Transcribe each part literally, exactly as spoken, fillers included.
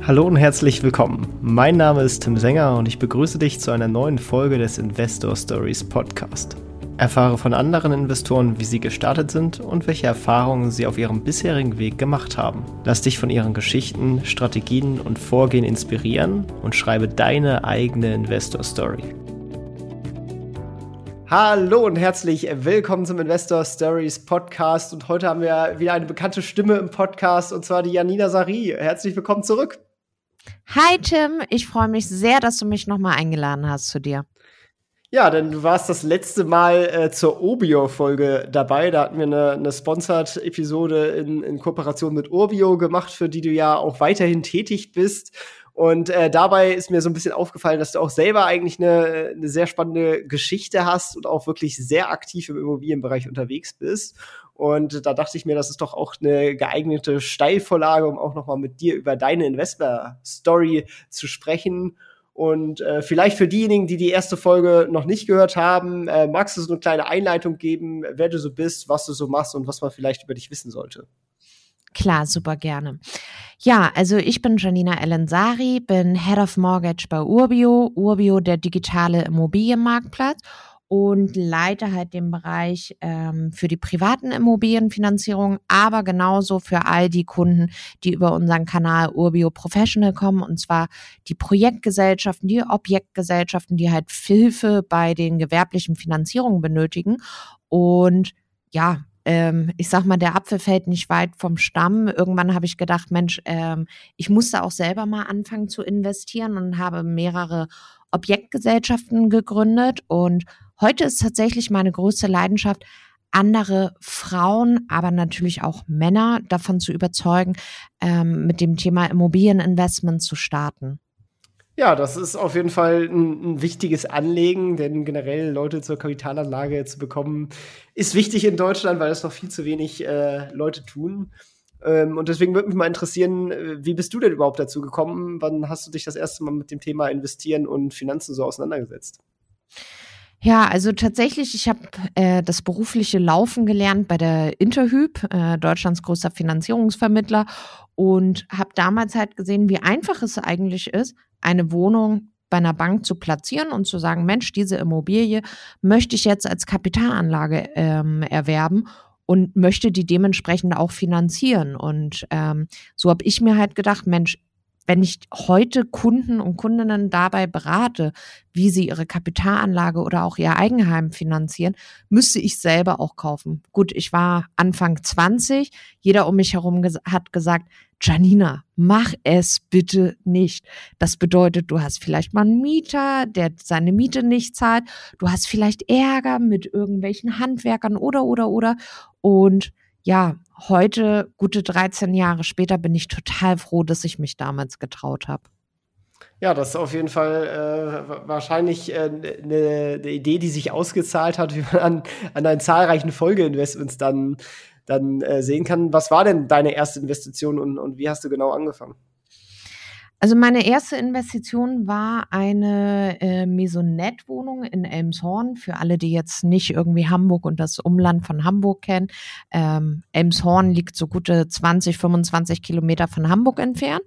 Hallo und herzlich willkommen. Mein Name ist Tim Sänger und ich begrüße dich zu einer neuen Folge des Investor Stories Podcast. Erfahre von anderen Investoren, wie sie gestartet sind und welche Erfahrungen sie auf ihrem bisherigen Weg gemacht haben. Lass dich von ihren Geschichten, Strategien und Vorgehen inspirieren und schreibe deine eigene Investor Story. Hallo und herzlich willkommen zum Investor Stories Podcast und heute haben wir wieder eine bekannte Stimme im Podcast und zwar die Janina Sari. Herzlich willkommen zurück. Hi Tim, ich freue mich sehr, dass du mich nochmal eingeladen hast zu dir. Ja, denn du warst das letzte Mal äh, zur Urbio-Folge dabei. Da hatten wir eine, eine Sponsored-Episode in, in Kooperation mit Urbio gemacht, für die du ja auch weiterhin tätig bist. Und äh, dabei ist mir so ein bisschen aufgefallen, dass du auch selber eigentlich eine, eine sehr spannende Geschichte hast und auch wirklich sehr aktiv im Immobilienbereich unterwegs bist. Und da dachte ich mir, das ist doch auch eine geeignete Steilvorlage, um auch noch mal mit dir über deine Investor-Story zu sprechen. Und äh, vielleicht für diejenigen, die die erste Folge noch nicht gehört haben, äh, magst du so eine kleine Einleitung geben, wer du so bist, was du so machst und was man vielleicht über dich wissen sollte? Klar, super gerne. Ja, also ich bin Janina El-Ansari, bin Head of Mortgage bei Urbio, Urbio der digitale Immobilienmarktplatz und leite halt den Bereich ähm, für die privaten Immobilienfinanzierung, aber genauso für all die Kunden, die über unseren Kanal Urbio Professional kommen, und zwar die Projektgesellschaften, die Objektgesellschaften, die halt Hilfe bei den gewerblichen Finanzierungen benötigen. Und ja, ähm, ich sag mal, der Apfel fällt nicht weit vom Stamm. Irgendwann habe ich gedacht, Mensch, ähm, ich musste auch selber mal anfangen zu investieren und habe mehrere Objektgesellschaften gegründet. Und heute ist tatsächlich meine größte Leidenschaft, andere Frauen, aber natürlich auch Männer davon zu überzeugen, ähm, mit dem Thema Immobilieninvestment zu starten. Ja, das ist auf jeden Fall ein, ein wichtiges Anliegen, denn generell Leute zur Kapitalanlage zu bekommen, ist wichtig in Deutschland, weil das noch viel zu wenig äh, Leute tun. Ähm, und deswegen würde mich mal interessieren, wie bist du denn überhaupt dazu gekommen? Wann hast du dich das erste Mal mit dem Thema Investieren und Finanzen so auseinandergesetzt? Ja, also tatsächlich, ich habe äh, das berufliche Laufen gelernt bei der Interhyp, äh, Deutschlands größter Finanzierungsvermittler, und habe damals halt gesehen, wie einfach es eigentlich ist, eine Wohnung bei einer Bank zu platzieren und zu sagen, Mensch, diese Immobilie möchte ich jetzt als Kapitalanlage ähm, erwerben und möchte die dementsprechend auch finanzieren. Und ähm, so habe ich mir halt gedacht, Mensch, wenn ich heute Kunden und Kundinnen dabei berate, wie sie ihre Kapitalanlage oder auch ihr Eigenheim finanzieren, müsste ich selber auch kaufen. Gut, ich war Anfang zwanzig, jeder um mich herum ges- hat gesagt, Janina, mach es bitte nicht. Das bedeutet, du hast vielleicht mal einen Mieter, der seine Miete nicht zahlt, du hast vielleicht Ärger mit irgendwelchen Handwerkern oder, oder, oder. Und ja, heute, gute dreizehn Jahre später, bin ich total froh, dass ich mich damals getraut habe. Ja, das ist auf jeden Fall äh, wahrscheinlich eine äh, ne, ne Idee, die sich ausgezahlt hat, wie man an, an deinen zahlreichen Folgeinvestments dann, dann äh, sehen kann. Was war denn deine erste Investition und, und wie hast du genau angefangen? Also meine erste Investition war eine äh, Maisonette-Wohnung in Elmshorn. Für alle, die jetzt nicht irgendwie Hamburg und das Umland von Hamburg kennen. Ähm, Elmshorn liegt so gute zwanzig, fünfundzwanzig Kilometer von Hamburg entfernt.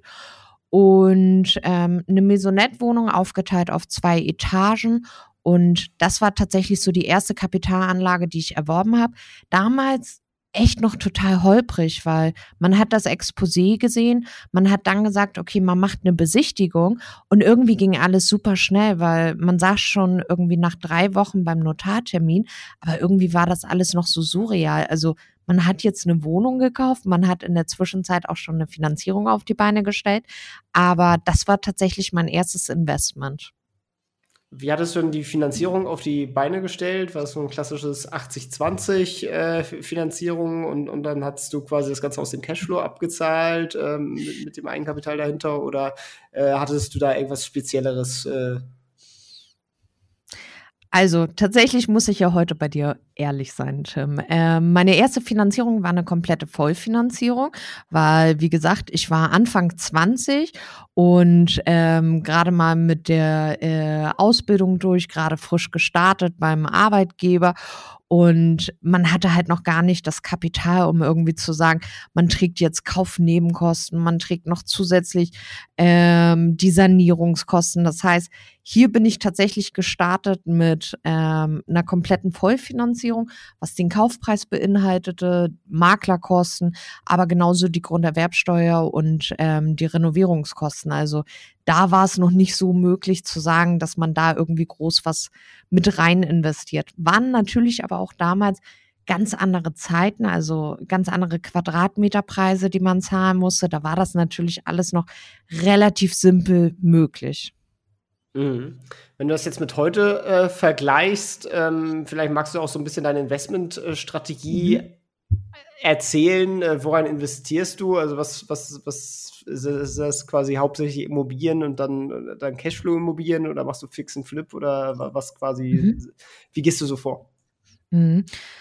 Und ähm, eine Maisonette-Wohnung aufgeteilt auf zwei Etagen. Und das war tatsächlich so die erste Kapitalanlage, die ich erworben habe. Damals echt noch total holprig, weil man hat das Exposé gesehen, man hat dann gesagt, okay, man macht eine Besichtigung und irgendwie ging alles super schnell, weil man saß schon irgendwie nach drei Wochen beim Notartermin, aber irgendwie war das alles noch so surreal. Also man hat jetzt eine Wohnung gekauft, man hat in der Zwischenzeit auch schon eine Finanzierung auf die Beine gestellt, aber das war tatsächlich mein erstes Investment. Wie hattest du denn die Finanzierung auf die Beine gestellt? War das so ein klassisches achtzig zwanzig äh, Finanzierung und, und dann hattest du quasi das Ganze aus dem Cashflow abgezahlt ähm, mit, mit dem Eigenkapital dahinter oder äh, hattest du da irgendwas Spezielleres? Äh? Also tatsächlich muss ich ja heute bei dir ehrlich sein, Tim. Ähm, meine erste Finanzierung war eine komplette Vollfinanzierung, weil, wie gesagt, ich war Anfang zwanzig und ähm, gerade mal mit der äh, Ausbildung durch, gerade frisch gestartet beim Arbeitgeber. Und man hatte halt noch gar nicht das Kapital, um irgendwie zu sagen, man trägt jetzt Kaufnebenkosten, man trägt noch zusätzlich ähm, die Sanierungskosten. Das heißt, hier bin ich tatsächlich gestartet mit ähm, einer kompletten Vollfinanzierung, was den Kaufpreis beinhaltete, Maklerkosten, aber genauso die Grunderwerbsteuer und ähm, die Renovierungskosten. Also da war es noch nicht so möglich zu sagen, dass man da irgendwie groß was mit rein investiert. Waren natürlich aber auch damals ganz andere Zeiten, also ganz andere Quadratmeterpreise, die man zahlen musste. Da war das natürlich alles noch relativ simpel möglich. Mhm. Wenn du das jetzt mit heute äh, vergleichst, ähm, vielleicht magst du auch so ein bisschen deine Investmentstrategie mhm. erzählen. Äh, woran investierst du? Also was, was, was ist, ist das quasi hauptsächlich Immobilien und dann, dann Cashflow-Immobilien oder machst du Fix and Flip oder was quasi, mhm. wie gehst du so vor? Mhm.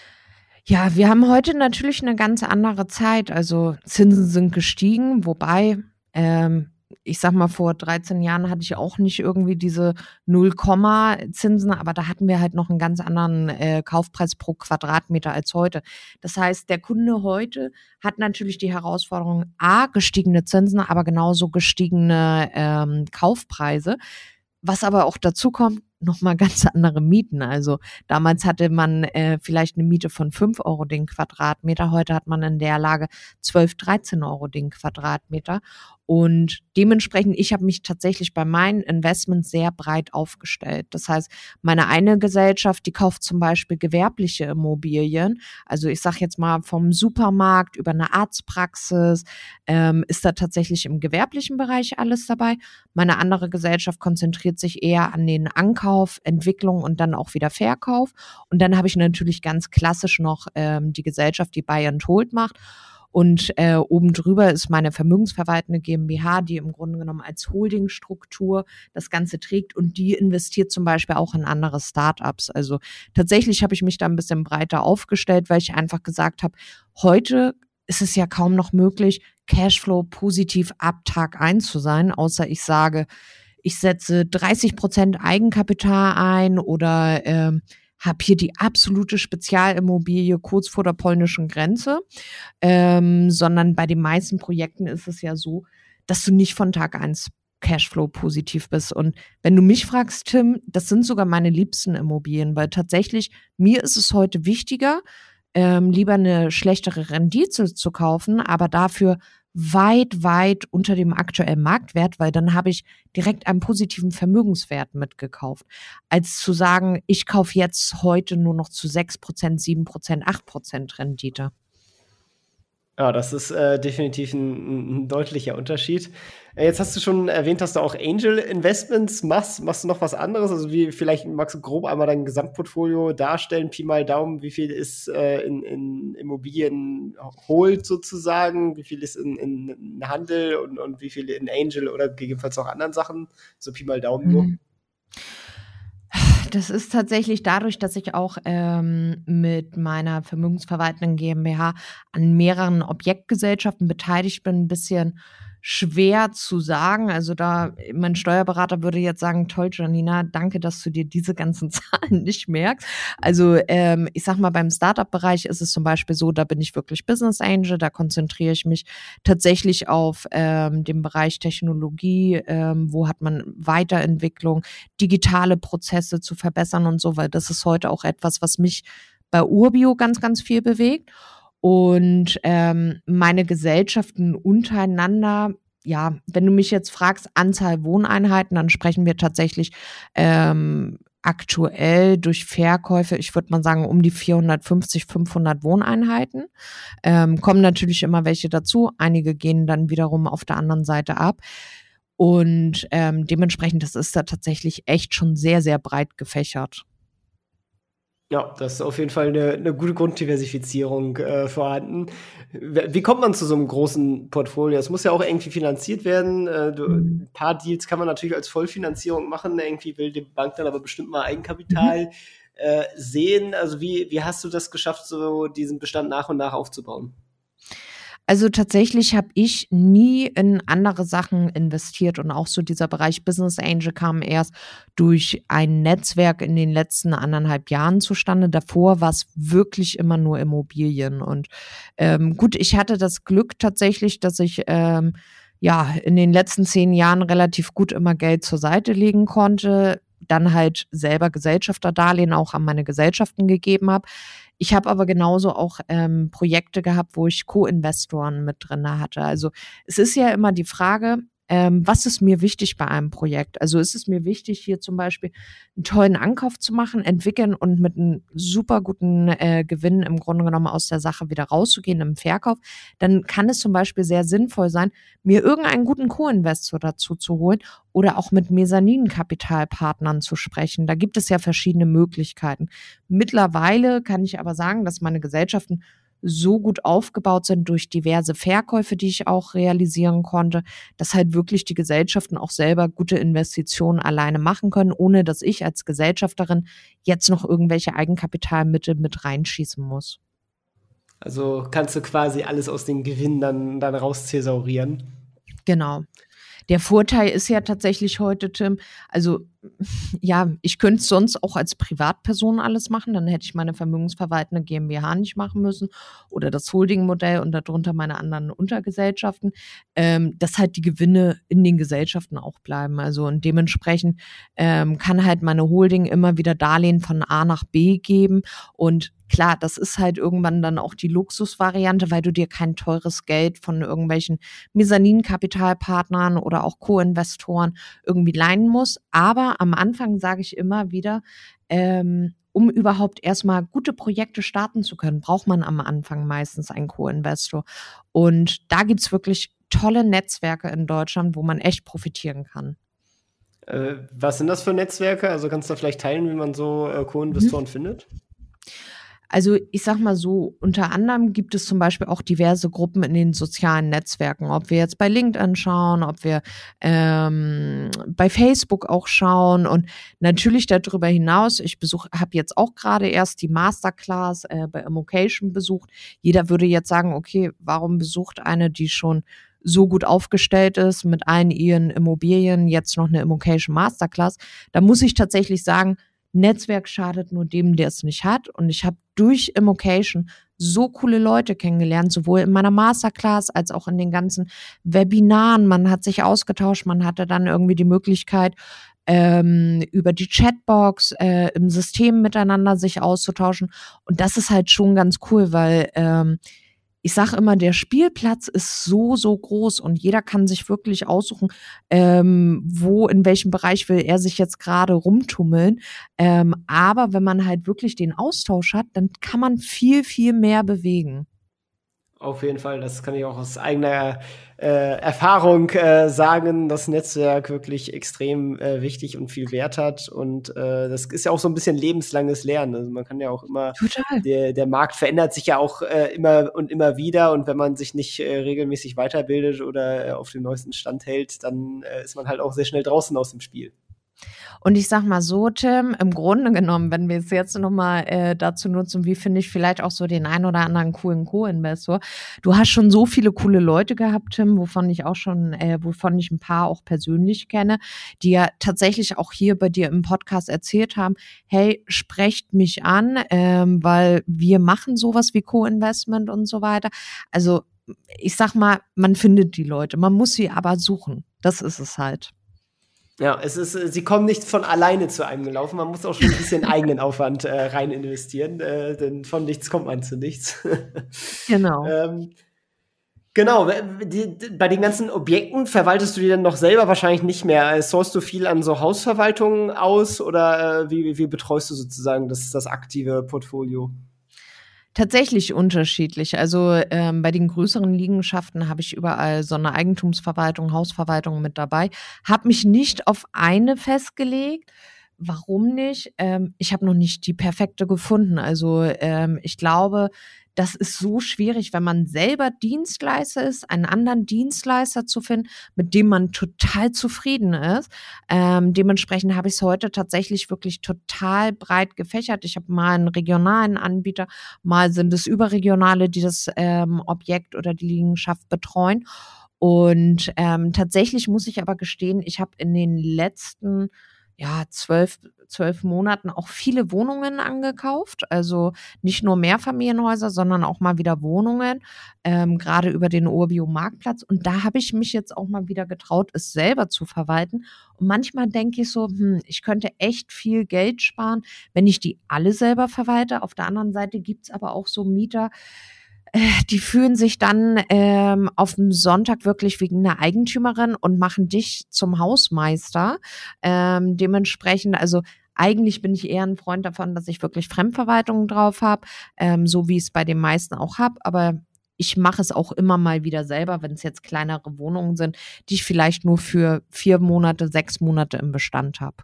Ja, wir haben heute natürlich eine ganz andere Zeit. Also Zinsen sind gestiegen, wobei ähm, ich sag mal, vor dreizehn Jahren hatte ich auch nicht irgendwie diese Null-Komma-Zinsen, aber da hatten wir halt noch einen ganz anderen äh, Kaufpreis pro Quadratmeter als heute. Das heißt, der Kunde heute hat natürlich die Herausforderung, a, gestiegene Zinsen, aber genauso gestiegene ähm, Kaufpreise. Was aber auch dazu kommt, nochmal ganz andere Mieten. Also damals hatte man äh, vielleicht eine Miete von fünf Euro den Quadratmeter. Heute hat man in der Lage zwölf, dreizehn Euro den Quadratmeter. Und dementsprechend, ich habe mich tatsächlich bei meinen Investments sehr breit aufgestellt. Das heißt, meine eine Gesellschaft, die kauft zum Beispiel gewerbliche Immobilien. Also ich sage jetzt mal vom Supermarkt über eine Arztpraxis, ähm, ist da tatsächlich im gewerblichen Bereich alles dabei. Meine andere Gesellschaft konzentriert sich eher an den Ankauf, Entwicklung und dann auch wieder Verkauf. Und dann habe ich natürlich ganz klassisch noch ähm, die Gesellschaft, die Buy and Hold macht. Und äh, oben drüber ist meine vermögensverwaltende GmbH, die im Grunde genommen als Holdingstruktur das Ganze trägt und die investiert zum Beispiel auch in andere Startups. Also tatsächlich habe ich mich da ein bisschen breiter aufgestellt, weil ich einfach gesagt habe, heute ist es ja kaum noch möglich, Cashflow positiv ab Tag eins zu sein, außer ich sage, ich setze dreißig Prozent Eigenkapital ein oder ähm, habe hier die absolute Spezialimmobilie kurz vor der polnischen Grenze, ähm, sondern bei den meisten Projekten ist es ja so, dass du nicht von Tag eins Cashflow positiv bist. Und wenn du mich fragst, Tim, das sind sogar meine liebsten Immobilien, weil tatsächlich mir ist es heute wichtiger, ähm, lieber eine schlechtere Rendite zu kaufen, aber dafür weit, weit unter dem aktuellen Marktwert, weil dann habe ich direkt einen positiven Vermögenswert mitgekauft, als zu sagen, ich kaufe jetzt heute nur noch zu sechs Prozent, sieben Prozent, acht Prozent Rendite. Ja, das ist äh, definitiv ein, ein deutlicher Unterschied. Äh, jetzt hast du schon erwähnt, dass du auch Angel Investments machst. Machst du noch was anderes? Also wie vielleicht magst du grob einmal dein Gesamtportfolio darstellen, Pi mal Daumen, wie viel ist äh, in, in Immobilien Hold sozusagen, wie viel ist in, in, in Handel und, und wie viel in Angel oder gegebenenfalls auch anderen Sachen? So Pi mal Daumen nur. Mhm. Das ist tatsächlich dadurch, dass ich auch ähm, mit meiner vermögensverwaltenden GmbH an mehreren Objektgesellschaften beteiligt bin, ein bisschen schwer zu sagen. Also da, mein Steuerberater würde jetzt sagen, toll, Janina, danke, dass du dir diese ganzen Zahlen nicht merkst. Also ähm, ich sag mal, beim Startup-Bereich ist es zum Beispiel so, da bin ich wirklich Business Angel, da konzentriere ich mich tatsächlich auf ähm, den Bereich Technologie, ähm, wo hat man Weiterentwicklung, digitale Prozesse zu verbessern und so, weil das ist heute auch etwas, was mich bei Urbio ganz, ganz viel bewegt. Und ähm, meine Gesellschaften untereinander, ja, wenn du mich jetzt fragst, Anzahl Wohneinheiten, dann sprechen wir tatsächlich ähm, aktuell durch Verkäufe, ich würde mal sagen, um die vierhundertfünfzig, fünfhundert Wohneinheiten. Ähm, kommen natürlich immer welche dazu. Einige gehen dann wiederum auf der anderen Seite ab. Und ähm, dementsprechend, das ist da tatsächlich echt schon sehr, sehr breit gefächert. Ja, das ist auf jeden Fall eine, eine gute Grunddiversifizierung äh, vorhanden. Wie kommt man zu so einem großen Portfolio? Es muss ja auch irgendwie finanziert werden. Äh, du, Mhm. ein paar Deals kann man natürlich als Vollfinanzierung machen. Irgendwie will die Bank dann aber bestimmt mal Eigenkapital mhm. äh, sehen. Also wie, wie hast du das geschafft, so diesen Bestand nach und nach aufzubauen? Also tatsächlich habe ich nie in andere Sachen investiert und auch so dieser Bereich Business Angel kam erst durch ein Netzwerk in den letzten anderthalb Jahren zustande. Davor war es wirklich immer nur Immobilien. Und ähm, gut, ich hatte das Glück tatsächlich, dass ich ähm, ja in den letzten zehn Jahren relativ gut immer Geld zur Seite legen konnte, dann halt selber Gesellschafterdarlehen auch an meine Gesellschaften gegeben habe. Ich habe aber genauso auch ähm, Projekte gehabt, wo ich Co-Investoren mit drin hatte. Also es ist ja immer die Frage, ähm, was ist mir wichtig bei einem Projekt? Also ist es mir wichtig, hier zum Beispiel einen tollen Ankauf zu machen, entwickeln und mit einem super guten äh, Gewinn im Grunde genommen aus der Sache wieder rauszugehen im Verkauf, dann kann es zum Beispiel sehr sinnvoll sein, mir irgendeinen guten Co-Investor dazu zu holen oder auch mit Mezzaninkapitalpartnern zu sprechen. Da gibt es ja verschiedene Möglichkeiten. Mittlerweile kann ich aber sagen, dass meine Gesellschaften so gut aufgebaut sind durch diverse Verkäufe, die ich auch realisieren konnte, dass halt wirklich die Gesellschaften auch selber gute Investitionen alleine machen können, ohne dass ich als Gesellschafterin jetzt noch irgendwelche Eigenkapitalmittel mit reinschießen muss. Also kannst du quasi alles aus den Gewinnen dann, dann rausthesaurieren. Genau. Der Vorteil ist ja tatsächlich heute, Tim, also ja, ich könnte es sonst auch als Privatperson alles machen, dann hätte ich meine vermögensverwaltende GmbH nicht machen müssen oder das Holding-Modell und darunter meine anderen Untergesellschaften, ähm, dass halt die Gewinne in den Gesellschaften auch bleiben. Also und dementsprechend ähm, kann halt meine Holding immer wieder Darlehen von A nach B geben und klar, das ist halt irgendwann dann auch die Luxusvariante, weil du dir kein teures Geld von irgendwelchen Mezzaninkapitalpartnern oder auch Co-Investoren irgendwie leihen musst. Aber am Anfang sage ich immer wieder, ähm, um überhaupt erstmal gute Projekte starten zu können, braucht man am Anfang meistens einen Co-Investor. Und da gibt's wirklich tolle Netzwerke in Deutschland, wo man echt profitieren kann. Äh, was sind das für Netzwerke? Also kannst du da vielleicht teilen, wie man so äh, Co-Investoren mhm. findet? Also ich sag mal so, unter anderem gibt es zum Beispiel auch diverse Gruppen in den sozialen Netzwerken. Ob wir jetzt bei LinkedIn schauen, ob wir ähm, bei Facebook auch schauen und natürlich darüber hinaus, ich besuche, habe jetzt auch gerade erst die Masterclass äh, bei Immocation besucht. Jeder würde jetzt sagen, okay, warum besucht eine, die schon so gut aufgestellt ist mit allen ihren Immobilien, jetzt noch eine Immocation Masterclass? Da muss ich tatsächlich sagen, Netzwerk schadet nur dem, der es nicht hat. Und ich habe durch Immocation so coole Leute kennengelernt, sowohl in meiner Masterclass als auch in den ganzen Webinaren. Man hat sich ausgetauscht, man hatte dann irgendwie die Möglichkeit, ähm, über die Chatbox äh, im System miteinander sich auszutauschen. Und das ist halt schon ganz cool, weil ähm, ich sage immer, der Spielplatz ist so, so groß und jeder kann sich wirklich aussuchen, ähm, wo, in welchem Bereich will er sich jetzt gerade rumtummeln. Ähm, aber wenn man halt wirklich den Austausch hat, dann kann man viel, viel mehr bewegen. Auf jeden Fall, das kann ich auch aus eigener äh, Erfahrung äh, sagen, dass Netzwerk wirklich extrem äh, wichtig und viel Wert hat. Und äh, das ist ja auch so ein bisschen lebenslanges Lernen. Also man kann ja auch immer, Total. Der, der Markt verändert sich ja auch äh, immer und immer wieder. Und wenn man sich nicht äh, regelmäßig weiterbildet oder äh, auf dem neuesten Stand hält, dann äh, ist man halt auch sehr schnell draußen aus dem Spiel. Und ich sag mal so, Tim, im Grunde genommen, wenn wir es jetzt nochmal äh, dazu nutzen, wie finde ich vielleicht auch so den einen oder anderen coolen Co-Investor. Du hast schon so viele coole Leute gehabt, Tim, wovon ich auch schon, äh, wovon ich ein paar auch persönlich kenne, die ja tatsächlich auch hier bei dir im Podcast erzählt haben, hey, sprecht mich an, ähm, weil wir machen sowas wie Co-Investment und so weiter. Also ich sag mal, man findet die Leute, man muss sie aber suchen. Das ist es halt. Ja, es ist, sie kommen nicht von alleine zu einem gelaufen. Man muss auch schon ein bisschen eigenen Aufwand äh, rein investieren, äh, denn von nichts kommt man zu nichts. Genau. ähm, genau, die, die, bei den ganzen Objekten verwaltest du die dann noch selber wahrscheinlich nicht mehr. Sourcest du viel an so Hausverwaltungen aus oder äh, wie, wie betreust du sozusagen das, das aktive Portfolio? Tatsächlich unterschiedlich. Also ähm, bei den größeren Liegenschaften habe ich überall so eine Eigentumsverwaltung, Hausverwaltung mit dabei. Habe mich nicht auf eine festgelegt. Warum nicht? Ähm, ich habe noch nicht die perfekte gefunden. Also ähm, ich glaube, das ist so schwierig, wenn man selber Dienstleister ist, einen anderen Dienstleister zu finden, mit dem man total zufrieden ist. Ähm, dementsprechend habe ich es heute tatsächlich wirklich total breit gefächert. Ich habe mal einen regionalen Anbieter, mal sind es überregionale, die das ähm, Objekt oder die Liegenschaft betreuen. Und ähm, tatsächlich muss ich aber gestehen, ich habe in den letzten ja, zwölf, zwölf Monaten auch viele Wohnungen angekauft. Also nicht nur Mehrfamilienhäuser, sondern auch mal wieder Wohnungen, ähm, gerade über den Urbio-Marktplatz. Und da habe ich mich jetzt auch mal wieder getraut, es selber zu verwalten. Und manchmal denke ich so, hm, ich könnte echt viel Geld sparen, wenn ich die alle selber verwalte. Auf der anderen Seite gibt's aber auch so Mieter, die fühlen sich dann ähm, auf dem Sonntag wirklich wegen einer Eigentümerin und machen dich zum Hausmeister. Ähm, dementsprechend, also eigentlich bin ich eher ein Freund davon, dass ich wirklich Fremdverwaltung drauf habe, ähm, so wie ich es bei den meisten auch habe. Aber ich mache es auch immer mal wieder selber, wenn es jetzt kleinere Wohnungen sind, die ich vielleicht nur für vier Monate, sechs Monate im Bestand habe.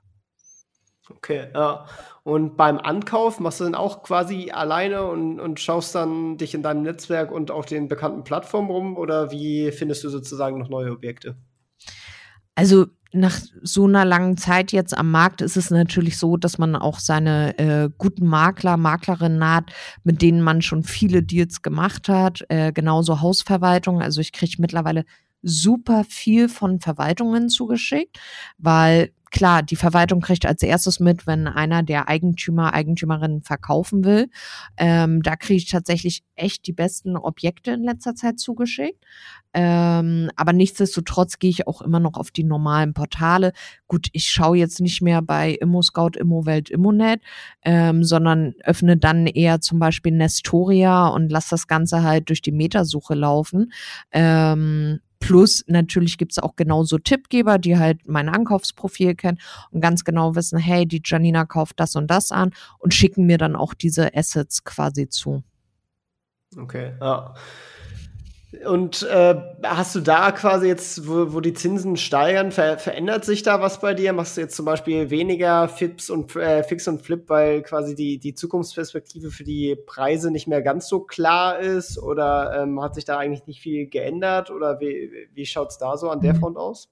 Okay, ja. Und beim Ankauf machst du dann auch quasi alleine und, und schaust dann dich in deinem Netzwerk und auf den bekannten Plattformen rum oder wie findest du sozusagen noch neue Objekte? Also nach so einer langen Zeit jetzt am Markt ist es natürlich so, dass man auch seine äh, guten Makler, Maklerinnen hat, mit denen man schon viele Deals gemacht hat. Äh, genauso Hausverwaltung. Also ich kriege mittlerweile super viel von Verwaltungen zugeschickt, weil klar, die Verwaltung kriegt als erstes mit, wenn einer der Eigentümer, Eigentümerinnen verkaufen will. Ähm, da kriege ich tatsächlich echt die besten Objekte in letzter Zeit zugeschickt. Ähm, aber nichtsdestotrotz gehe ich auch immer noch auf die normalen Portale. Gut, ich schaue jetzt nicht mehr bei ImmoScout, Immowelt, Immonet, ähm, sondern öffne dann eher zum Beispiel Nestoria und lasse das Ganze halt durch die Metasuche laufen. Ähm, Plus natürlich gibt es auch genauso Tippgeber, die halt mein Ankaufsprofil kennen und ganz genau wissen, hey, die Janina kauft das und das an und schicken mir dann auch diese Assets quasi zu. Okay, ja. Und äh, hast du da quasi jetzt, wo, wo die Zinsen steigern, ver verändert sich da was bei dir? Machst du jetzt zum Beispiel weniger Fips und äh, Fix und Flip, weil quasi die, die Zukunftsperspektive für die Preise nicht mehr ganz so klar ist? Oder ähm, hat sich da eigentlich nicht viel geändert? Oder wie, wie schaut es da so an der Front aus?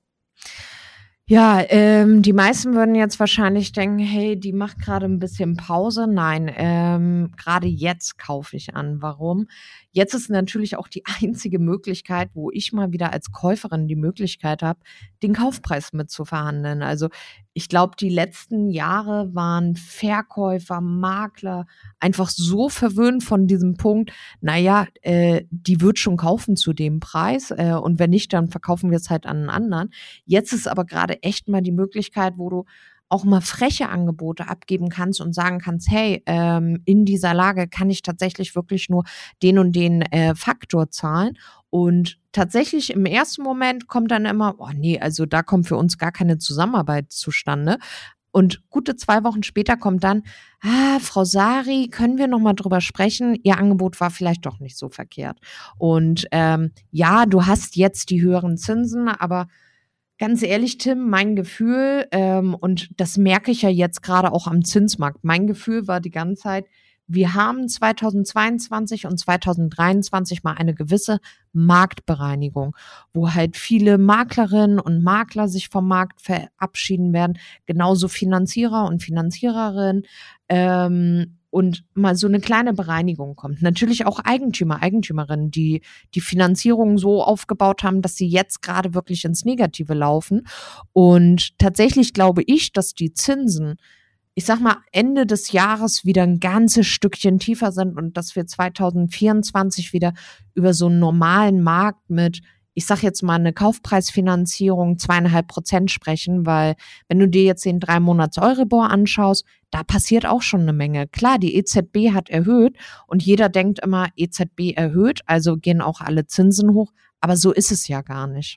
Ja, ähm, die meisten würden jetzt wahrscheinlich denken, hey, die macht gerade ein bisschen Pause. Nein, ähm, gerade jetzt kaufe ich an. Warum? Jetzt ist natürlich auch die einzige Möglichkeit, wo ich mal wieder als Käuferin die Möglichkeit habe, den Kaufpreis mitzuverhandeln. Also ich glaube, die letzten Jahre waren Verkäufer, Makler einfach so verwöhnt von diesem Punkt, naja, äh, die wird schon kaufen zu dem Preis äh, und wenn nicht, dann verkaufen wir es halt an einen anderen. Jetzt ist aber gerade echt mal die Möglichkeit, wo du auch mal freche Angebote abgeben kannst und sagen kannst, hey, ähm, in dieser Lage kann ich tatsächlich wirklich nur den und den äh, Faktor zahlen. Und tatsächlich im ersten Moment kommt dann immer, oh nee, also da kommt für uns gar keine Zusammenarbeit zustande. Und gute zwei Wochen später kommt dann, ah, Frau Sari, können wir noch mal drüber sprechen? Ihr Angebot war vielleicht doch nicht so verkehrt. Und ähm, ja, du hast jetzt die höheren Zinsen, aber ganz ehrlich, Tim, mein Gefühl, ähm, und das merke ich ja jetzt gerade auch am Zinsmarkt, mein Gefühl war die ganze Zeit, wir haben zweitausendzweiundzwanzig und zweitausenddreiundzwanzig mal eine gewisse Marktbereinigung, wo halt viele Maklerinnen und Makler sich vom Markt verabschieden werden, genauso Finanzierer und Finanziererinnen, ähm, und mal so eine kleine Bereinigung kommt. Natürlich auch Eigentümer, Eigentümerinnen, die die Finanzierung so aufgebaut haben, dass sie jetzt gerade wirklich ins Negative laufen. Und tatsächlich glaube ich, dass die Zinsen, ich sag mal, Ende des Jahres wieder ein ganzes Stückchen tiefer sind und dass wir zweitausendvierundzwanzig wieder über so einen normalen Markt mit, ich sag jetzt mal, eine Kaufpreisfinanzierung zweieinhalb Prozent sprechen, weil wenn du dir jetzt den drei Monats Euribor anschaust, da passiert auch schon eine Menge. Klar, die E Z B hat erhöht und jeder denkt immer, E Z B erhöht, also gehen auch alle Zinsen hoch, aber so ist es ja gar nicht.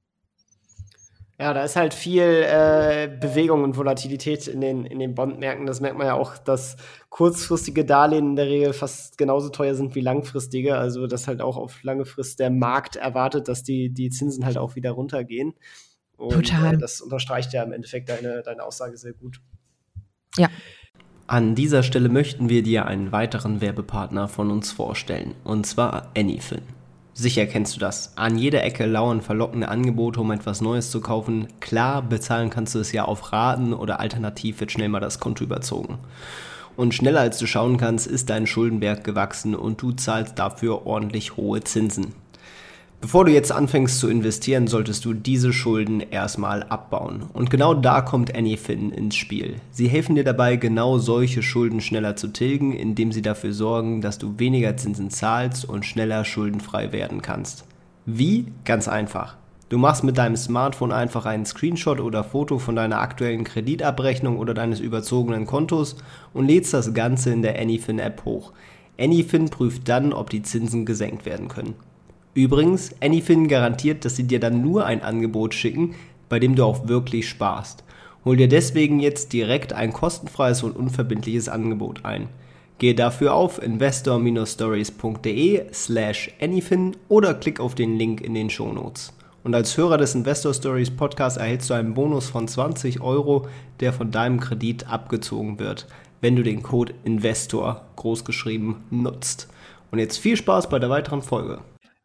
Ja, da ist halt viel äh, Bewegung und Volatilität in den, in den Bondmärkten. Das merkt man ja auch, dass kurzfristige Darlehen in der Regel fast genauso teuer sind wie langfristige. Also, dass halt auch auf lange Frist der Markt erwartet, dass die, die Zinsen halt auch wieder runtergehen. Und Total. äh, das unterstreicht ja im Endeffekt deine, deine Aussage sehr gut. Ja. An dieser Stelle möchten wir dir einen weiteren Werbepartner von uns vorstellen, und zwar Anyfin. Sicher kennst du das. An jeder Ecke lauern verlockende Angebote, um etwas Neues zu kaufen. Klar, bezahlen kannst du es ja auf Raten oder alternativ wird schnell mal das Konto überzogen. Und schneller als du schauen kannst, ist dein Schuldenberg gewachsen und du zahlst dafür ordentlich hohe Zinsen. Bevor du jetzt anfängst zu investieren, solltest du diese Schulden erstmal abbauen. Und genau da kommt Anyfin ins Spiel. Sie helfen dir dabei, genau solche Schulden schneller zu tilgen, indem sie dafür sorgen, dass du weniger Zinsen zahlst und schneller schuldenfrei werden kannst. Wie? Ganz einfach. Du machst mit deinem Smartphone einfach einen Screenshot oder Foto von deiner aktuellen Kreditabrechnung oder deines überzogenen Kontos und lädst das Ganze in der Anyfin-App hoch. Anyfin prüft dann, ob die Zinsen gesenkt werden können. Übrigens, Anyfin garantiert, dass sie dir dann nur ein Angebot schicken, bei dem du auch wirklich sparst. Hol dir deswegen jetzt direkt ein kostenfreies und unverbindliches Angebot ein. Gehe dafür auf investor-stories.de slash Anyfin oder klick auf den Link in den Shownotes. Und als Hörer des Investor Stories Podcasts erhältst du einen Bonus von zwanzig Euro, der von deinem Kredit abgezogen wird, wenn du den Code INVESTOR großgeschrieben nutzt. Und jetzt viel Spaß bei der weiteren Folge.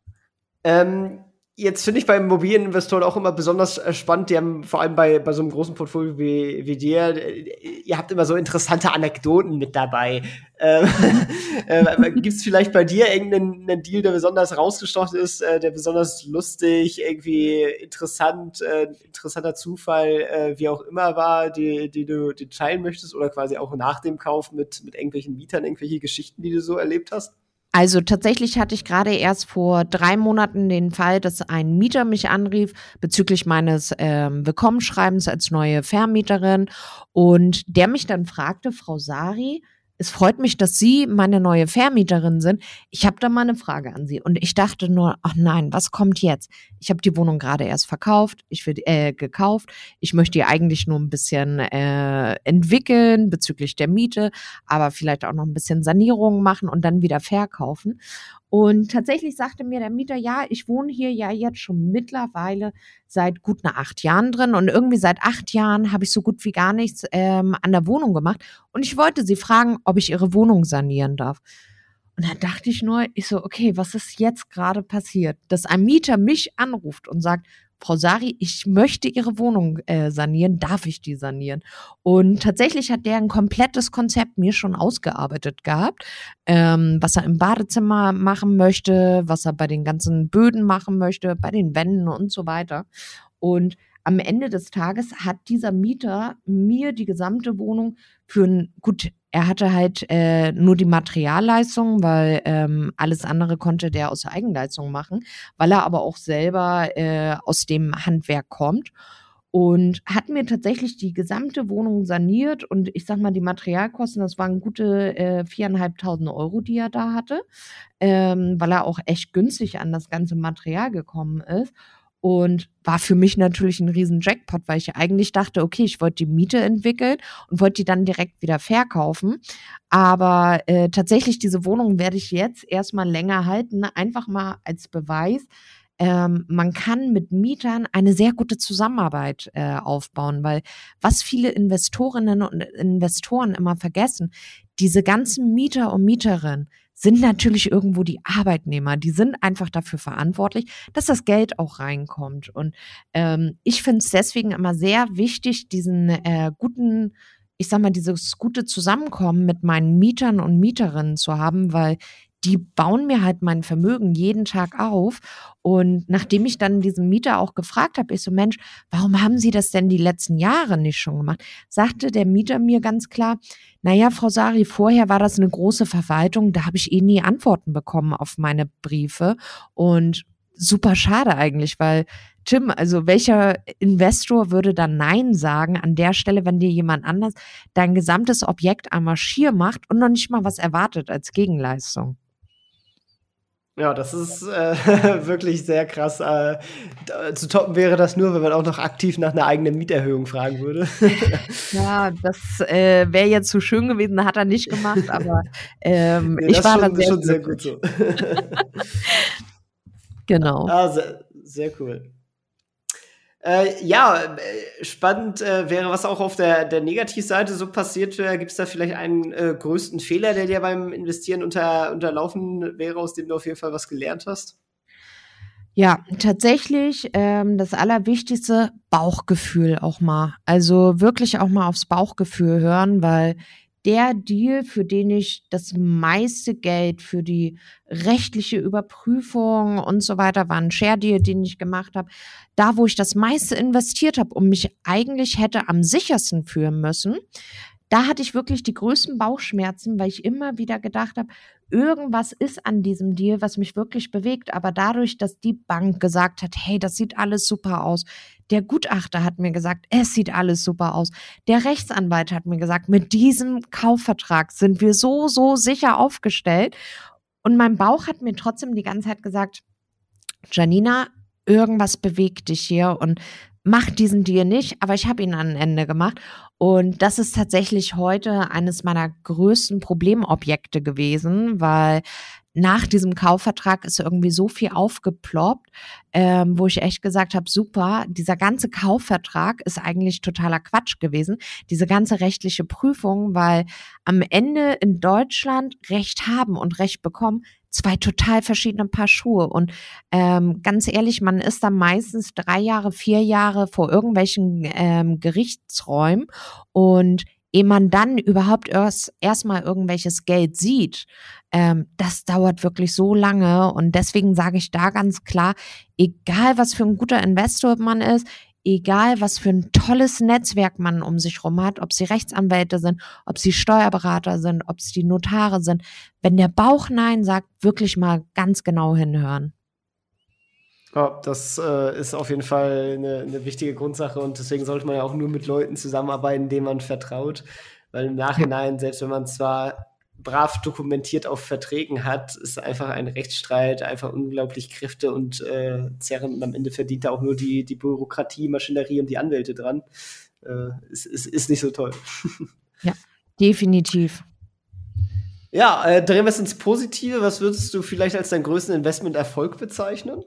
Ähm, jetzt finde ich bei Immobilieninvestoren auch immer besonders äh, spannend, die haben vor allem bei, bei so einem großen Portfolio wie, wie dir, äh, ihr habt immer so interessante Anekdoten mit dabei. Ähm, äh, Gibt es vielleicht bei dir irgendeinen Deal, der besonders rausgestochen ist, äh, der besonders lustig, irgendwie interessant, äh, interessanter Zufall, äh, wie auch immer war, die, die du die teilen möchtest oder quasi auch nach dem Kauf mit, mit irgendwelchen Mietern, irgendwelche Geschichten, die du so erlebt hast? Also tatsächlich hatte ich gerade erst vor drei Monaten den Fall, dass ein Mieter mich anrief bezüglich meines ähm, Willkommenschreibens als neue Vermieterin und der mich dann fragte, Frau Sari, es freut mich, dass Sie meine neue Vermieterin sind. Ich habe da mal eine Frage an Sie. Und ich dachte nur, ach nein, was kommt jetzt? Ich habe die Wohnung gerade erst verkauft, ich will, äh, gekauft. Ich möchte die eigentlich nur ein bisschen äh, entwickeln bezüglich der Miete, aber vielleicht auch noch ein bisschen Sanierung machen und dann wieder verkaufen. Und tatsächlich sagte mir der Mieter, ja, ich wohne hier ja jetzt schon mittlerweile seit gut nach acht Jahren drin und irgendwie seit acht Jahren habe ich so gut wie gar nichts ähm, an der Wohnung gemacht und ich wollte sie fragen, ob ich ihre Wohnung sanieren darf. Und dann dachte ich nur, ich so, okay, was ist jetzt gerade passiert? Dass ein Mieter mich anruft und sagt, Frau Sari, ich möchte Ihre Wohnung äh, sanieren, darf ich die sanieren? Und tatsächlich hat der ein komplettes Konzept mir schon ausgearbeitet gehabt, ähm, was er im Badezimmer machen möchte, was er bei den ganzen Böden machen möchte, bei den Wänden und so weiter. Und am Ende des Tages hat dieser Mieter mir die gesamte Wohnung für ein, gut, er hatte halt äh, nur die Materialleistung, weil ähm, alles andere konnte der aus der Eigenleistung machen, weil er aber auch selber äh, aus dem Handwerk kommt und hat mir tatsächlich die gesamte Wohnung saniert und ich sag mal, die Materialkosten, das waren gute äh, viereinhalbtausend Euro, die er da hatte, ähm, weil er auch echt günstig an das ganze Material gekommen ist. Und war für mich natürlich ein riesen Jackpot, weil ich eigentlich dachte, okay, ich wollte die Miete entwickeln und wollte die dann direkt wieder verkaufen. Aber äh, tatsächlich, diese Wohnung werde ich jetzt erstmal länger halten, einfach mal als Beweis. Ähm, man kann mit Mietern eine sehr gute Zusammenarbeit äh, aufbauen, weil was viele Investorinnen und Investoren immer vergessen, diese ganzen Mieter und Mieterinnen sind natürlich irgendwo die Arbeitnehmer. Die sind einfach dafür verantwortlich, dass das Geld auch reinkommt. Und ähm, ich finde es deswegen immer sehr wichtig, diesen äh, guten, ich sag mal, dieses gute Zusammenkommen mit meinen Mietern und Mieterinnen zu haben, weil die bauen mir halt mein Vermögen jeden Tag auf. Und nachdem ich dann diesen Mieter auch gefragt habe, ich so, Mensch, warum haben Sie das denn die letzten Jahre nicht schon gemacht? Sagte der Mieter mir ganz klar, naja, Frau Sari, vorher war das eine große Verwaltung, da habe ich eh nie Antworten bekommen auf meine Briefe. Und super schade eigentlich, weil Tim, also welcher Investor würde dann Nein sagen an der Stelle, wenn dir jemand anders dein gesamtes Objekt einmal schier macht und noch nicht mal was erwartet als Gegenleistung? Ja, das ist äh, wirklich sehr krass. Äh, zu toppen wäre das nur, wenn man auch noch aktiv nach einer eigenen Mieterhöhung fragen würde. Ja, das äh, wäre jetzt zu schön gewesen, hat er nicht gemacht, aber ähm, nee, ich war schon, dann sehr, schon sehr gut so. Genau. Ah, sehr, sehr cool. Äh, ja, äh, spannend äh, wäre, was auch auf der, der Negativseite so passiert wäre. Gibt es da vielleicht einen äh, größten Fehler, der dir beim Investieren unter, unterlaufen wäre, aus dem du auf jeden Fall was gelernt hast? Ja, tatsächlich ähm, das Allerwichtigste, Bauchgefühl auch mal. Also wirklich auch mal aufs Bauchgefühl hören, weil der Deal, für den ich das meiste Geld für die rechtliche Überprüfung und so weiter, war ein Share-Deal, den ich gemacht habe. Da, wo ich das meiste investiert habe und mich eigentlich hätte am sichersten fühlen müssen, da hatte ich wirklich die größten Bauchschmerzen, weil ich immer wieder gedacht habe, irgendwas ist an diesem Deal, was mich wirklich bewegt. Aber dadurch, dass die Bank gesagt hat, hey, das sieht alles super aus. Der Gutachter hat mir gesagt, es sieht alles super aus. Der Rechtsanwalt hat mir gesagt, mit diesem Kaufvertrag sind wir so, so sicher aufgestellt. Und mein Bauch hat mir trotzdem die ganze Zeit gesagt, Janina, irgendwas bewegt dich hier und mach diesen Deal nicht, aber ich habe ihn an ein Ende gemacht. Und das ist tatsächlich heute eines meiner größten Problemobjekte gewesen, weil nach diesem Kaufvertrag ist irgendwie so viel aufgeploppt, ähm, wo ich echt gesagt habe, super, dieser ganze Kaufvertrag ist eigentlich totaler Quatsch gewesen, diese ganze rechtliche Prüfung, weil am Ende in Deutschland Recht haben und Recht bekommen, zwei total verschiedene Paar Schuhe. Und ähm, ganz ehrlich, man ist dann meistens drei Jahre, vier Jahre vor irgendwelchen ähm, Gerichtsräumen und ehe man dann überhaupt erst erstmal irgendwelches Geld sieht, ähm, das dauert wirklich so lange. Und deswegen sage ich da ganz klar, egal was für ein guter Investor man ist, egal was für ein tolles Netzwerk man um sich rum hat, ob sie Rechtsanwälte sind, ob sie Steuerberater sind, ob es die Notare sind, wenn der Bauch Nein sagt, wirklich mal ganz genau hinhören. Ja, das äh, ist auf jeden Fall eine, eine wichtige Grundsache und deswegen sollte man ja auch nur mit Leuten zusammenarbeiten, denen man vertraut, weil im Nachhinein, selbst wenn man zwar brav dokumentiert auf Verträgen hat, ist einfach ein Rechtsstreit einfach unglaublich Kräfte und äh, zerrend und am Ende verdient da auch nur die, die Bürokratie, Maschinerie und die Anwälte dran. Äh, ist, ist, ist nicht so toll. Ja, definitiv. Ja, äh, drehen wir es ins Positive. Was würdest du vielleicht als deinen größten Investmenterfolg bezeichnen?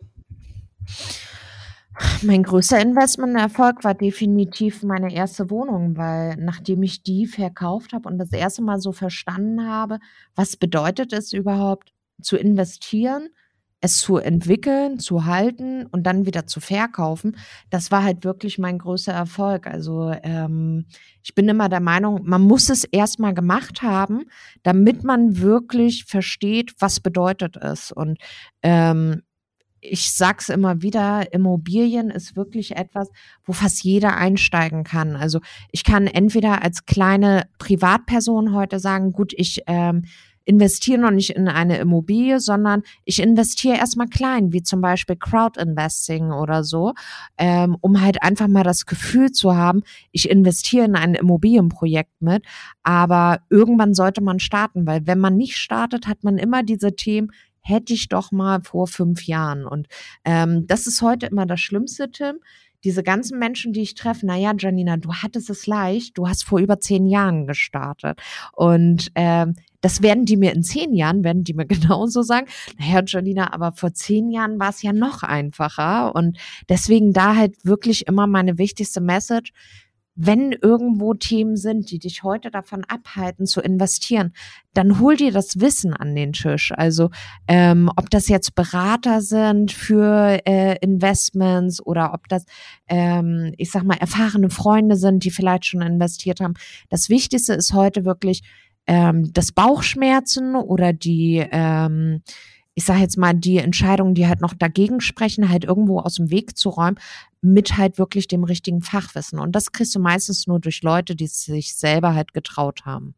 Mein größter Investmenterfolg war definitiv meine erste Wohnung, weil nachdem ich die verkauft habe und das erste Mal so verstanden habe, was bedeutet es überhaupt zu investieren, es zu entwickeln, zu halten und dann wieder zu verkaufen, das war halt wirklich mein größter Erfolg. Also ähm, ich bin immer der Meinung, man muss es erstmal gemacht haben, damit man wirklich versteht, was bedeutet es. Und ähm, ich sag's immer wieder, Immobilien ist wirklich etwas, wo fast jeder einsteigen kann. Also ich kann entweder als kleine Privatperson heute sagen, gut, ich ähm, investiere noch nicht in eine Immobilie, sondern ich investiere erstmal klein, wie zum Beispiel Crowdinvesting oder so, ähm, um halt einfach mal das Gefühl zu haben, ich investiere in ein Immobilienprojekt mit, aber irgendwann sollte man starten, weil wenn man nicht startet, hat man immer diese Themen, hätte ich doch mal vor fünf Jahren. Und ähm, das ist heute immer das Schlimmste, Tim. Diese ganzen Menschen, die ich treffe, naja, Janina, du hattest es leicht, du hast vor über zehn Jahren gestartet. Und ähm, das werden die mir in zehn Jahren, werden die mir genauso sagen, naja, Janina, aber vor zehn Jahren war es ja noch einfacher. Und deswegen da halt wirklich immer meine wichtigste Message, wenn irgendwo Themen sind, die dich heute davon abhalten zu investieren, dann hol dir das Wissen an den Tisch. Also ähm, ob das jetzt Berater sind für äh, Investments oder ob das, ähm, ich sag mal, erfahrene Freunde sind, die vielleicht schon investiert haben. Das Wichtigste ist heute wirklich ähm, das Bauchschmerzen oder die ähm, ich sage jetzt mal, die Entscheidungen, die halt noch dagegen sprechen, halt irgendwo aus dem Weg zu räumen, mit halt wirklich dem richtigen Fachwissen. Und das kriegst du meistens nur durch Leute, die sich selber halt getraut haben.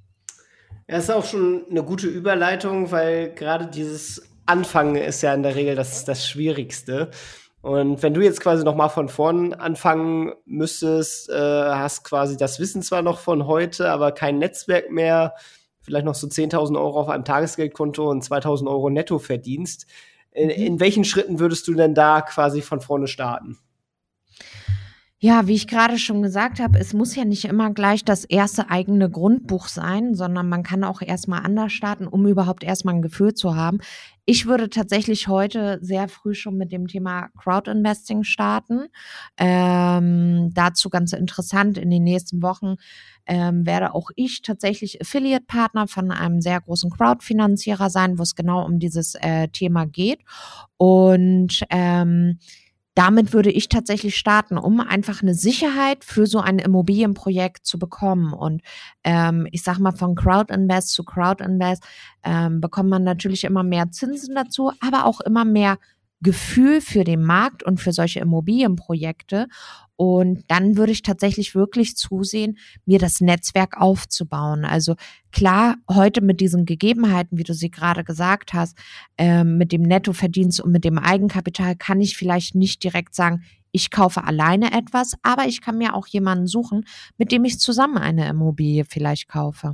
Ja, ist auch schon eine gute Überleitung, weil gerade dieses Anfangen ist ja in der Regel das, das Schwierigste. Und wenn du jetzt quasi noch mal von vorn anfangen müsstest, äh, hast quasi das Wissen zwar noch von heute, aber kein Netzwerk mehr, vielleicht noch so zehntausend Euro auf einem Tagesgeldkonto und zweitausend Euro netto verdienst. In, in welchen Schritten würdest du denn da quasi von vorne starten? Ja, wie ich gerade schon gesagt habe, es muss ja nicht immer gleich das erste eigene Grundbuch sein, sondern man kann auch erstmal anders starten, um überhaupt erstmal ein Gefühl zu haben. Ich würde tatsächlich heute sehr früh schon mit dem Thema Crowdinvesting starten. Ähm, dazu ganz interessant, in den nächsten Wochen ähm, werde auch ich tatsächlich Affiliate-Partner von einem sehr großen Crowdfinanzierer sein, wo es genau um dieses äh, Thema geht. Und ähm, damit würde ich tatsächlich starten, um einfach eine Sicherheit für so ein Immobilienprojekt zu bekommen. Und ähm, ich sage mal, von Crowdinvest zu Crowdinvest ähm, bekommt man natürlich immer mehr Zinsen dazu, aber auch immer mehr Gefühl für den Markt und für solche Immobilienprojekte. Und dann würde ich tatsächlich wirklich zusehen, mir das Netzwerk aufzubauen. Also klar, heute mit diesen Gegebenheiten, wie du sie gerade gesagt hast, ähm, mit dem Nettoverdienst und mit dem Eigenkapital kann ich vielleicht nicht direkt sagen, ich kaufe alleine etwas, aber ich kann mir auch jemanden suchen, mit dem ich zusammen eine Immobilie vielleicht kaufe.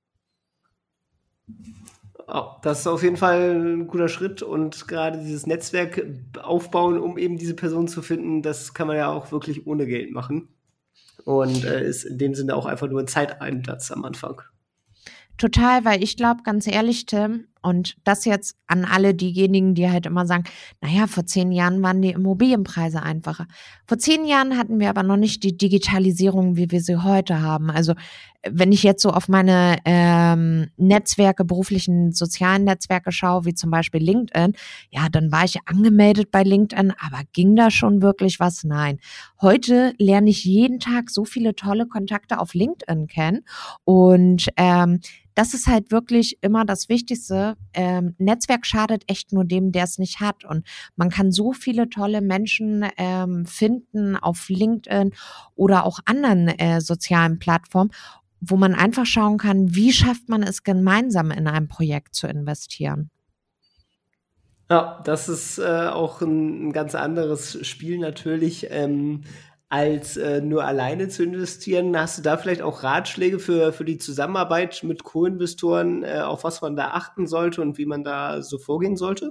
Oh, das ist auf jeden Fall ein guter Schritt und gerade dieses Netzwerk aufbauen, um eben diese Person zu finden, das kann man ja auch wirklich ohne Geld machen und äh, ist in dem Sinne auch einfach nur ein Zeiteinsatz am Anfang. Total, weil ich glaube, ganz ehrlich, Tim, und das jetzt an alle diejenigen, die halt immer sagen, naja, vor zehn Jahren waren die Immobilienpreise einfacher. Vor zehn Jahren hatten wir aber noch nicht die Digitalisierung, wie wir sie heute haben. Also wenn ich jetzt so auf meine ähm, Netzwerke, beruflichen, sozialen Netzwerke schaue, wie zum Beispiel LinkedIn, ja, dann war ich angemeldet bei LinkedIn, aber ging da schon wirklich was? Nein. Heute lerne ich jeden Tag so viele tolle Kontakte auf LinkedIn kennen und ähm, das ist halt wirklich immer das Wichtigste. Ähm, Netzwerk schadet echt nur dem, der es nicht hat. Und man kann so viele tolle Menschen ähm, finden auf LinkedIn oder auch anderen äh, sozialen Plattformen, wo man einfach schauen kann, wie schafft man es gemeinsam in ein Projekt zu investieren. Ja, das ist äh, auch ein, ein ganz anderes Spiel natürlich, ähm, als äh, nur alleine zu investieren. Hast du da vielleicht auch Ratschläge für, für die Zusammenarbeit mit Co-Investoren, äh, auf was man da achten sollte und wie man da so vorgehen sollte?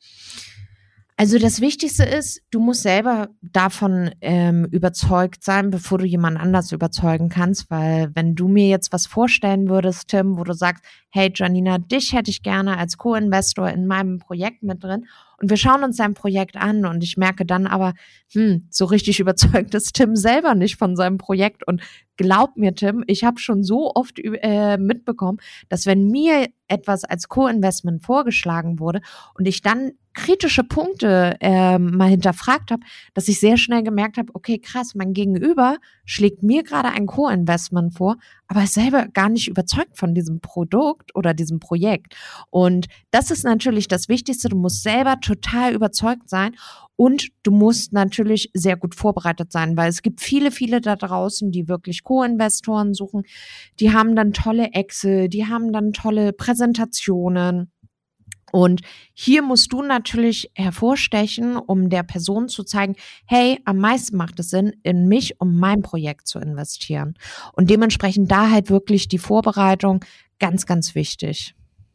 Also das Wichtigste ist, du musst selber davon ähm, überzeugt sein, bevor du jemand anders überzeugen kannst, weil wenn du mir jetzt was vorstellen würdest, Tim, wo du sagst, hey Janina, dich hätte ich gerne als Co-Investor in meinem Projekt mit drin und wir schauen uns dein Projekt an und ich merke dann aber, hm, so richtig überzeugt ist Tim selber nicht von seinem Projekt und glaub mir, Tim, ich habe schon so oft äh, mitbekommen, dass wenn mir etwas als Co-Investment vorgeschlagen wurde und ich dann kritische Punkte äh, mal hinterfragt habe, dass ich sehr schnell gemerkt habe, okay, krass, mein Gegenüber schlägt mir gerade ein Co-Investment vor, aber ist selber gar nicht überzeugt von diesem Produkt oder diesem Projekt. Und das ist natürlich das Wichtigste. Du musst selber total überzeugt sein und du musst natürlich sehr gut vorbereitet sein, weil es gibt viele, viele da draußen, die wirklich Co-Investoren suchen. Die haben dann tolle Excel, die haben dann tolle Präsentationen. Und hier musst du natürlich hervorstechen, um der Person zu zeigen, hey, am meisten macht es Sinn, in mich und mein Projekt zu investieren. Und dementsprechend da halt wirklich die Vorbereitung ganz, ganz wichtig.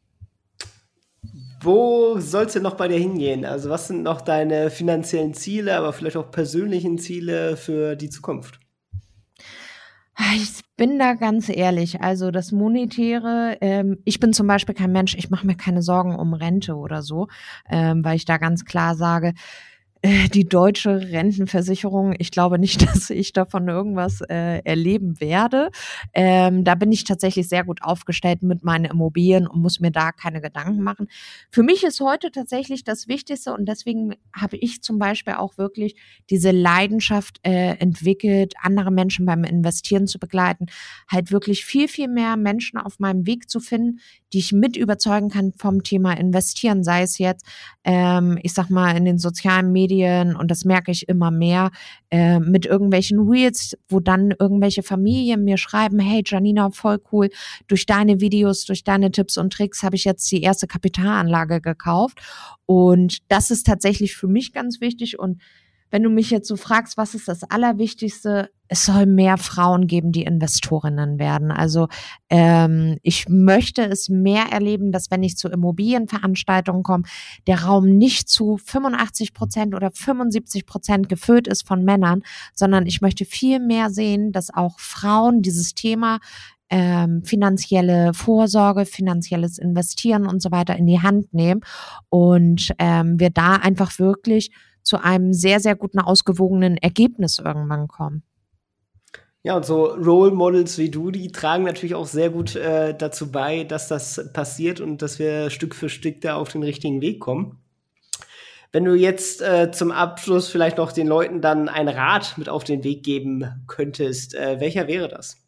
Wo soll es denn noch bei dir hingehen? Also was sind noch deine finanziellen Ziele, aber vielleicht auch persönlichen Ziele für die Zukunft? Ich bin da ganz ehrlich, also das Monetäre, ähm, ich bin zum Beispiel kein Mensch, ich mache mir keine Sorgen um Rente oder so, ähm, weil ich da ganz klar sage, äh, die deutsche Rentenversicherung, ich glaube nicht, dass ich davon irgendwas äh, erleben werde. Ähm, da bin ich tatsächlich sehr gut aufgestellt mit meinen Immobilien und muss mir da keine Gedanken machen. Für mich ist heute tatsächlich das Wichtigste und deswegen habe ich zum Beispiel auch wirklich diese Leidenschaft äh, entwickelt, andere Menschen beim Investieren zu begleiten, halt wirklich viel, viel mehr Menschen auf meinem Weg zu finden, die ich mit überzeugen kann vom Thema Investieren, sei es jetzt, ähm, ich sag mal, in den sozialen Medien und das merke ich immer mehr, äh, mit irgendwelchen Reels, wo dann irgendwelche Familien mir schreiben, hey Janina, voll cool, durch deine Videos, durch deine Tipps und Tricks habe ich jetzt die erste Kapitalanlage gekauft und das ist tatsächlich für mich ganz wichtig und wenn du mich jetzt so fragst, was ist das Allerwichtigste? Es soll mehr Frauen geben, die Investorinnen werden. Also ähm, ich möchte es mehr erleben, dass wenn ich zu Immobilienveranstaltungen komme, der Raum nicht zu fünfundachtzig Prozent oder fünfundsiebzig Prozent gefüllt ist von Männern, sondern ich möchte viel mehr sehen, dass auch Frauen dieses Thema ähm, finanzielle Vorsorge, finanzielles Investieren und so weiter in die Hand nehmen und ähm, wir da einfach wirklich zu einem sehr, sehr guten, ausgewogenen Ergebnis irgendwann kommen. Ja, und so Role Models wie du, die tragen natürlich auch sehr gut äh, dazu bei, dass das passiert und dass wir Stück für Stück da auf den richtigen Weg kommen. Wenn du jetzt äh, zum Abschluss vielleicht noch den Leuten dann einen Rat mit auf den Weg geben könntest, äh, welcher wäre das?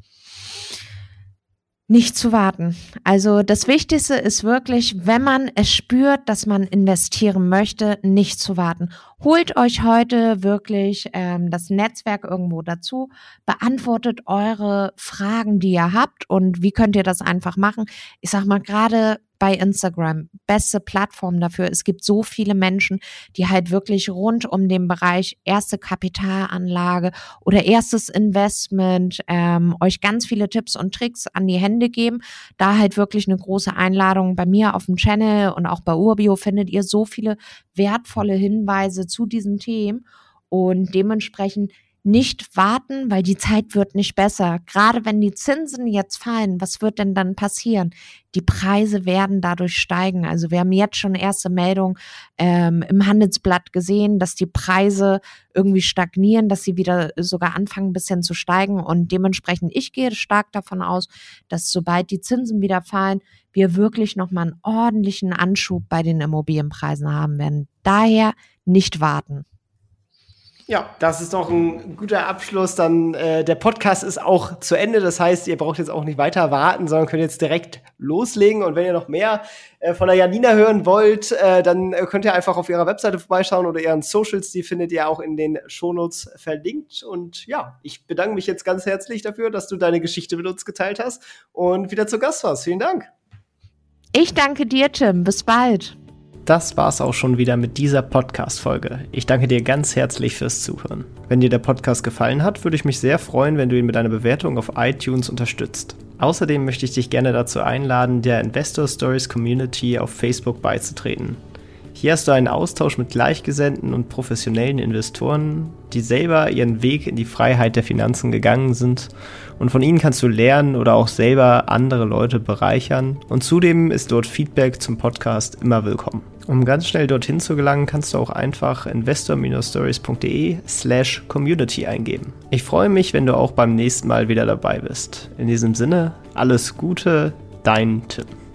Nicht zu warten. Also das Wichtigste ist wirklich, wenn man es spürt, dass man investieren möchte, nicht zu warten. Holt euch heute wirklich ähm, das Netzwerk irgendwo dazu, beantwortet eure Fragen, die ihr habt und wie könnt ihr das einfach machen. Ich sag mal, gerade bei Instagram, beste Plattform dafür. Es gibt so viele Menschen, die halt wirklich rund um den Bereich erste Kapitalanlage oder erstes Investment ähm, euch ganz viele Tipps und Tricks an die Hände geben. Da halt wirklich eine große Einladung. Bei mir auf dem Channel und auch bei Urbio findet ihr so viele wertvolle Hinweise zu diesen Themen und dementsprechend nicht warten, weil die Zeit wird nicht besser. Gerade wenn die Zinsen jetzt fallen, was wird denn dann passieren? Die Preise werden dadurch steigen. Also wir haben jetzt schon erste Meldungen ähm, im Handelsblatt gesehen, dass die Preise irgendwie stagnieren, dass sie wieder sogar anfangen, ein bisschen zu steigen. Und dementsprechend, ich gehe stark davon aus, dass sobald die Zinsen wieder fallen, wir wirklich nochmal einen ordentlichen Anschub bei den Immobilienpreisen haben werden. Daher nicht warten. Ja, das ist doch ein guter Abschluss. Dann äh, der Podcast ist auch zu Ende. Das heißt, ihr braucht jetzt auch nicht weiter warten, sondern könnt jetzt direkt loslegen. Und wenn ihr noch mehr äh, von der Janina hören wollt, äh, dann könnt ihr einfach auf ihrer Webseite vorbeischauen oder ihren Socials. Die findet ihr auch in den Shownotes verlinkt. Und ja, ich bedanke mich jetzt ganz herzlich dafür, dass du deine Geschichte mit uns geteilt hast und wieder zu Gast warst. Vielen Dank. Ich danke dir, Tim. Bis bald. Das war's auch schon wieder mit dieser Podcast-Folge. Ich danke dir ganz herzlich fürs Zuhören. Wenn dir der Podcast gefallen hat, würde ich mich sehr freuen, wenn du ihn mit einer Bewertung auf iTunes unterstützt. Außerdem möchte ich dich gerne dazu einladen, der Investor Stories Community auf Facebook beizutreten. Hier hast du einen Austausch mit Gleichgesinnten und professionellen Investoren, die selber ihren Weg in die Freiheit der Finanzen gegangen sind, und von ihnen kannst du lernen oder auch selber andere Leute bereichern, und zudem ist dort Feedback zum Podcast immer willkommen. Um ganz schnell dorthin zu gelangen, kannst du auch einfach investor-stories.de slash community eingeben. Ich freue mich, wenn du auch beim nächsten Mal wieder dabei bist. In diesem Sinne, alles Gute, dein Tim.